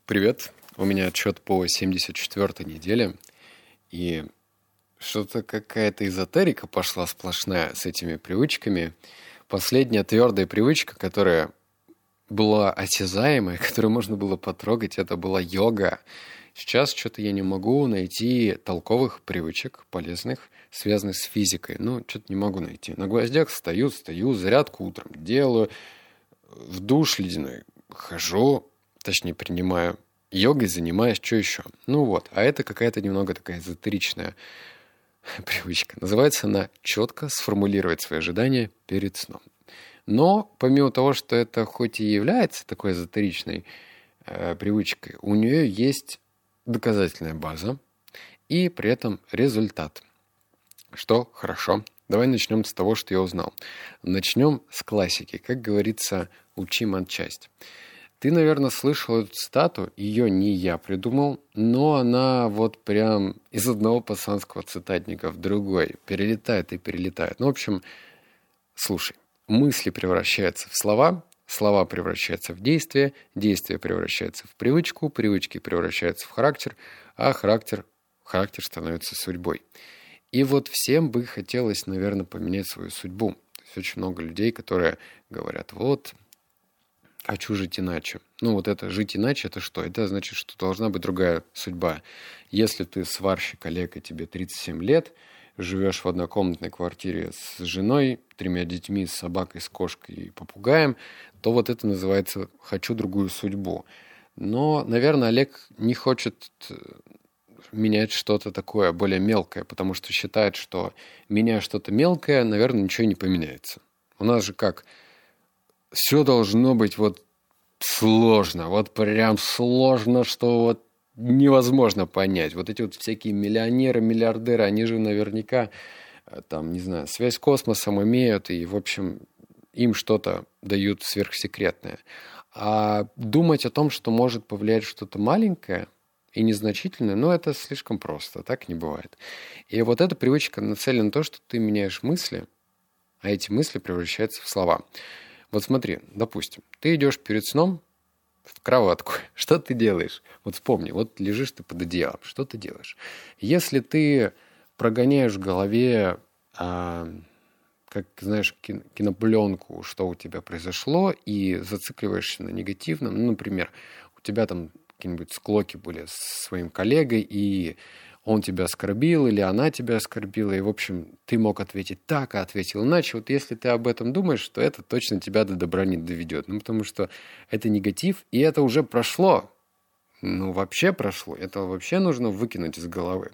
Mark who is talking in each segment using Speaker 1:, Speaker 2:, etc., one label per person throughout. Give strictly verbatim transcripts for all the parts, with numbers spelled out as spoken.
Speaker 1: Привет, у меня отчет по семьдесят четвёртой неделе, и что-то какая-то эзотерика пошла сплошная с этими привычками. Последняя твердая привычка, которая была осязаемой, которую можно было потрогать, это была йога. Сейчас что-то я не могу найти толковых привычек, полезных, связанных с физикой. Ну, что-то не могу найти. На гвоздях стою, стою, зарядку утром делаю, в душ ледяной хожу, точнее, принимаю. Йогой занимаюсь, что еще? Ну вот, а это какая-то немного такая эзотеричная привычка. Называется она «четко сформулировать свои ожидания перед сном». Но помимо того, что это хоть и является такой эзотеричной э, привычкой, у нее есть доказательная база и при этом результат. Что хорошо. Давай начнем с того, что я узнал. Начнем с классики. Как говорится, учим отчасть. Ты, наверное, слышал эту цитату, ее не я придумал, но она вот прям из одного пацанского цитатника в другой перелетает и перелетает. Ну, в общем, слушай, мысли превращаются в слова, слова превращаются в действия, действия превращаются в привычку, привычки превращаются в характер, а характер, характер становится судьбой. И вот всем бы хотелось, наверное, поменять свою судьбу. То есть очень много людей, которые говорят, вот... хочу жить иначе. Ну, вот это жить иначе, это что? Это значит, что должна быть другая судьба. Если ты сварщик, Олег, и тебе тридцать семь лет, живешь в однокомнатной квартире с женой, тремя детьми, с собакой, с кошкой и попугаем, то вот это называется «хочу другую судьбу». Но, наверное, Олег не хочет менять что-то такое более мелкое, потому что считает, что меняя что-то мелкое, наверное, ничего не поменяется. У нас же как... все должно быть вот сложно, вот прям сложно, что вот невозможно понять. Вот эти вот всякие миллионеры, миллиардеры, они же наверняка, там, не знаю, связь с космосом имеют, и, в общем, им что-то дают сверхсекретное. А думать о том, что может повлиять что-то маленькое и незначительное, ну, это слишком просто, так не бывает. И вот эта привычка нацелена на то, что ты меняешь мысли, а эти мысли превращаются в слова. Вот смотри, допустим, ты идешь перед сном в кроватку. Что ты делаешь? Вот вспомни, вот лежишь ты под одеялом. Что ты делаешь? Если ты прогоняешь в голове, а, как, знаешь, кин- кинопленку, что у тебя произошло, и зацикливаешься на негативном, ну, например, у тебя там какие-нибудь склоки были с своим коллегой, и он тебя оскорбил, или она тебя оскорбила, и, в общем, ты мог ответить так, а ответил иначе. Вот если ты об этом думаешь, то это точно тебя до добра не доведет. Ну, потому что это негатив, и это уже прошло. Ну, вообще прошло. Это вообще нужно выкинуть из головы.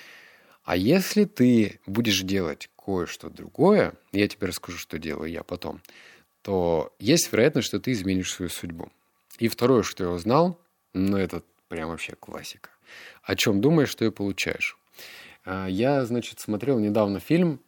Speaker 1: А если ты будешь делать кое-что другое, я тебе расскажу, что делаю я потом, то есть вероятность, что ты изменишь свою судьбу. И второе, что я узнал, ну, это прям вообще классика. О чем думаешь, что и получаешь. Я, значит, смотрел недавно фильм,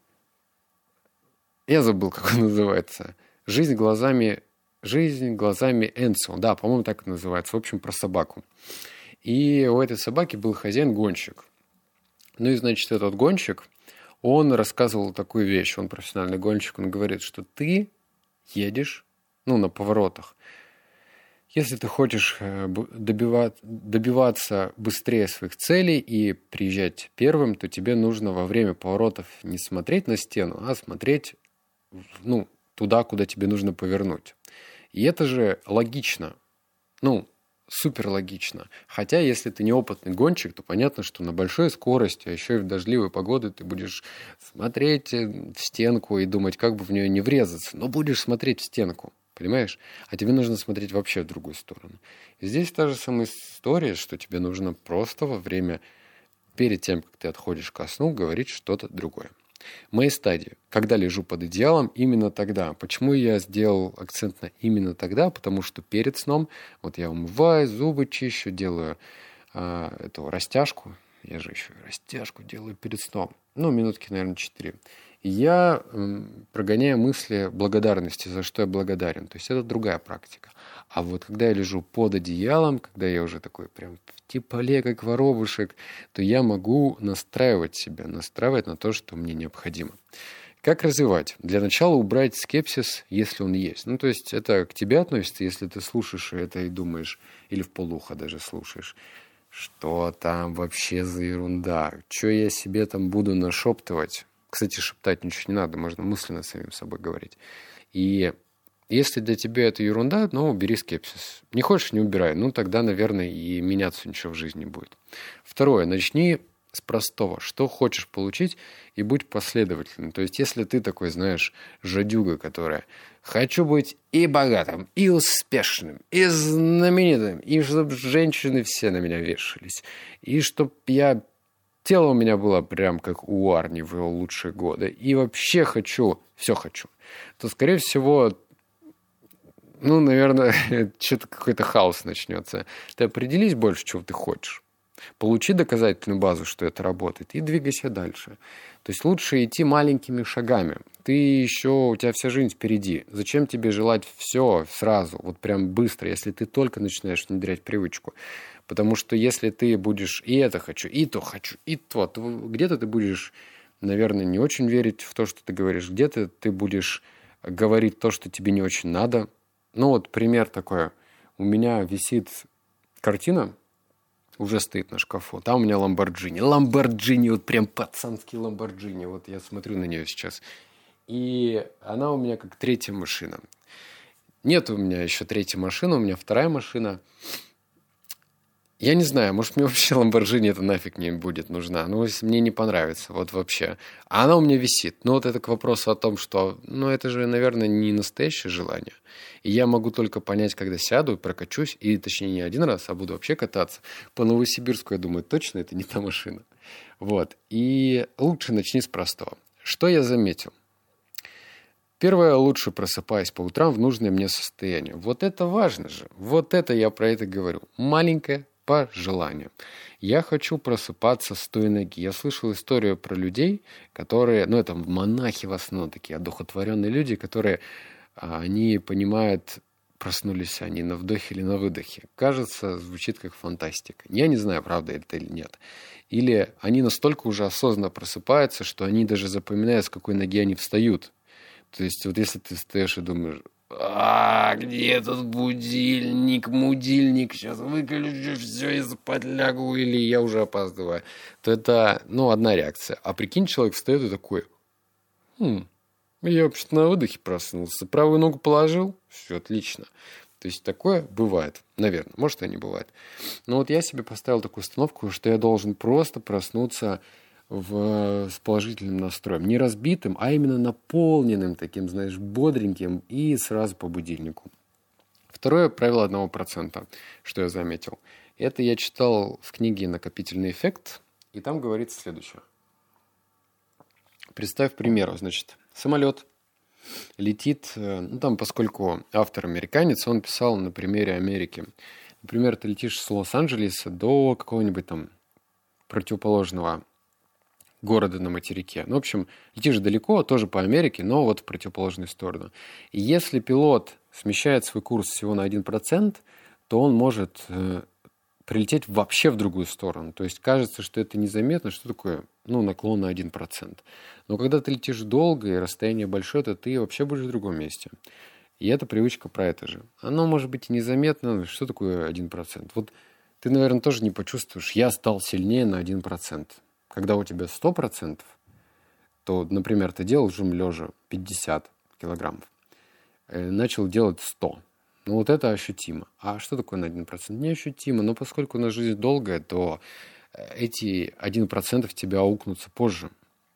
Speaker 1: я забыл, как он называется, «Жизнь глазами, жизнь глазами Энцо». Да, по-моему, так это называется. В общем, про собаку. И у этой собаки был хозяин-гонщик. Ну и, значит, этот гонщик, он рассказывал такую вещь, он профессиональный гонщик, он говорит, что ты едешь, ну, на поворотах. Если ты хочешь добивать, добиваться быстрее своих целей и приезжать первым, то тебе нужно во время поворотов не смотреть на стену, а смотреть, ну, туда, куда тебе нужно повернуть. И это же логично. Ну, супер логично. Хотя, если ты неопытный гонщик, то понятно, что на большой скорости, а еще и в дождливую погоду ты будешь смотреть в стенку и думать, как бы в нее не врезаться. Но будешь смотреть в стенку. Понимаешь? А тебе нужно смотреть вообще в другую сторону. И здесь та же самая история, что тебе нужно просто во время, перед тем, как ты отходишь ко сну, говорить что-то другое. Мои стадии. Когда лежу под одеялом, именно тогда. Почему я сделал акцент на именно тогда? Потому что перед сном, вот я умываю, зубы чищу, делаю а, эту растяжку. Я же еще и растяжку делаю перед сном. Ну, минутки, наверное, четыре. Я э, прогоняю мысли благодарности, за что я благодарен. То есть это другая практика. А вот когда я лежу под одеялом, когда я уже такой прям в тепле, как воробушек, то я могу настраивать себя, настраивать на то, что мне необходимо. Как развивать? Для начала убрать скепсис, если он есть. Ну, то есть это к тебе относится, если ты слушаешь это и думаешь, или вполуха даже слушаешь, что там вообще за ерунда, что я себе там буду нашептывать. Кстати, шептать ничего не надо, можно мысленно самим собой говорить. И если для тебя это ерунда, ну, убери скепсис. Не хочешь — не убирай. Ну, тогда, наверное, и меняться ничего в жизни не будет. Второе. Начни с простого. Что хочешь получить, и будь последовательным. То есть, если ты такой, знаешь, жадюга, которая «хочу быть и богатым, и успешным, и знаменитым, и чтобы женщины все на меня вешались, и чтобы я... тело у меня было прям как у Арни в его лучшие годы, и вообще хочу, все хочу», то, скорее всего, ну, наверное, что-то какой-то хаос начнется. Ты определись больше, чего ты хочешь. Получи доказательную базу, что это работает, и двигайся дальше. То есть лучше идти маленькими шагами. Ты еще, у тебя вся жизнь впереди. Зачем тебе желать все сразу, вот прям быстро, если ты только начинаешь внедрять привычку? Потому что если ты будешь и это хочу, и то хочу, и то, то где-то ты будешь, наверное, не очень верить в то, что ты говоришь, где-то ты будешь говорить то, что тебе не очень надо. Ну вот пример такой. У меня висит картина, уже стоит на шкафу. Там у меня Ламборджини. Ламборджини, вот прям пацанский Ламборджини. Вот я смотрю на нее сейчас. И она у меня как третья машина. Нет у меня еще третьей машины, у меня вторая машина. Я не знаю, может, мне вообще Ламборджини это нафиг не будет нужна. Ну, если мне не понравится, вот вообще. А она у меня висит. Ну, вот это к вопросу о том, что, ну, это же, наверное, не настоящее желание. И я могу только понять, когда сяду, прокачусь, и, точнее, не один раз, а буду вообще кататься по Новосибирску, я думаю, точно это не та машина. Вот. И лучше начни с простого. Что я заметил? Первое, лучше просыпаясь по утрам в нужное мне состояние. Вот это важно же. Вот это я про это говорю. Маленькое по желанию. Я хочу просыпаться с той ноги. Я слышал историю про людей, которые, ну это монахи в основном, такие одухотворенные люди, которые, они понимают, проснулись они на вдохе или на выдохе. Кажется, звучит как фантастика. Я не знаю, правда это или нет. Или они настолько уже осознанно просыпаются, что они даже запоминают, с какой ноги они встают. То есть вот если ты встаешь и думаешь: а, где этот будильник, мудильник, сейчас выключу все и спать лягу, или я уже опаздываю, то это, ну, одна реакция. А прикинь, человек встает и такой: хм, я вообще-то на выдохе проснулся, правую ногу положил, все отлично. То есть такое бывает, наверное, может и не бывает. Но вот я себе поставил такую установку, что я должен просто проснуться в, с положительным настроем. Не разбитым, а именно наполненным, таким, знаешь, бодреньким, и сразу по будильнику. Второе правило одного процента, что я заметил. Это я читал в книге «Накопительный эффект», и там говорится следующее. Представь, к примеру, значит, самолет летит, ну там, поскольку автор американец, он писал на примере Америки. Например, ты летишь с Лос-Анджелеса до какого-нибудь там противоположного города на материке. Ну, в общем, летишь далеко, тоже по Америке, но вот в противоположную сторону. И если пилот смещает свой курс всего на один процент, то он может э, прилететь вообще в другую сторону. То есть кажется, что это незаметно, что такое, ну, наклон на один процент. Но когда ты летишь долго и расстояние большое, то ты вообще будешь в другом месте. И эта привычка про это же. Оно может быть и незаметно. Что такое один процент? Вот ты, наверное, тоже не почувствуешь: я стал сильнее на один процент. Когда у тебя сто процентов, то, например, ты делал жим лежа пятьдесят килограммов, начал делать сто. Ну, вот это ощутимо. А что такое на один процент? Неощутимо. Но поскольку у нас жизнь долгая, то эти один процент в тебя аукнутся позже.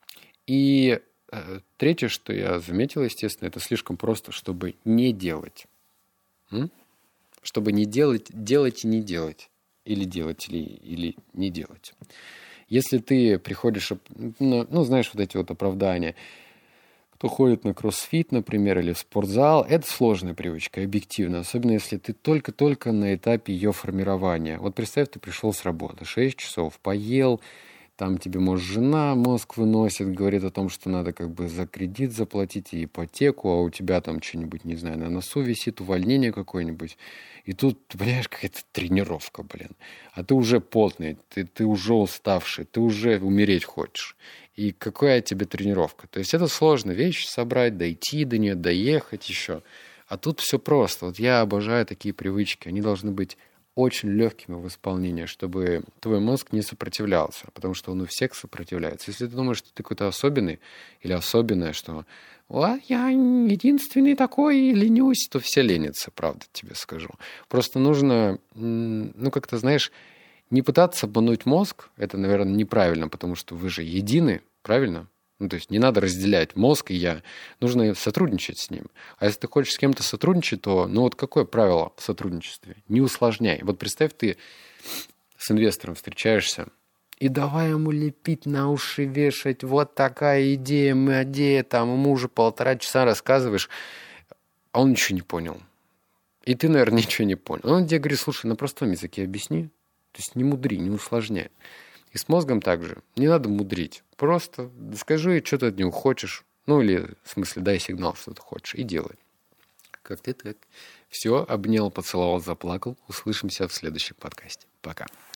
Speaker 1: И э, третье, что я заметил, естественно, это слишком просто, чтобы не делать. М? Чтобы не делать, делать и не делать. Или делать, или, или не делать. Если ты приходишь, ну, знаешь, вот эти вот оправдания, кто ходит на кроссфит, например, или в спортзал, это сложная привычка, объективно, особенно если ты только-только на этапе ее формирования. Вот представь, ты пришел с работы, шесть часов, поел, там тебе, может, жена мозг выносит, говорит о том, что надо как бы за кредит заплатить и ипотеку, а у тебя там что-нибудь, не знаю, на носу висит, увольнение какое-нибудь. И тут, понимаешь, какая-то тренировка, блин. А ты уже потный, ты, ты уже уставший, ты уже умереть хочешь. И какая тебе тренировка? То есть это сложная вещь собрать, дойти до нее, доехать еще. А тут все просто. Вот я обожаю такие привычки. Они должны быть очень легкими в исполнении, чтобы твой мозг не сопротивлялся, потому что он у всех сопротивляется. Если ты думаешь, что ты какой-то особенный или особенная, что «О, я единственный такой, ленюсь», то все ленятся, правда тебе скажу. Просто нужно, ну, как-то, знаешь, не пытаться обмануть мозг. Это, наверное, неправильно, потому что вы же едины, правильно? Ну, то есть не надо разделять мозг и я. Нужно сотрудничать с ним. А если ты хочешь с кем-то сотрудничать, то, ну, вот какое правило в сотрудничестве? Не усложняй. Вот представь, ты с инвестором встречаешься, и давай ему лепить на уши, вешать. Вот такая идея, мы идея, там, ему уже полтора часа рассказываешь, а он ничего не понял. И ты, наверное, ничего не понял. Он тебе говорит, слушай, на простом языке объясни. То есть не мудри, не усложняй. И с мозгом также. Не надо мудрить. Просто скажи, что ты от него хочешь. Ну, или, в смысле, дай сигнал, что ты хочешь, и делай. Как-то так. Все, обнял, поцеловал, заплакал. Услышимся в следующем подкасте. Пока.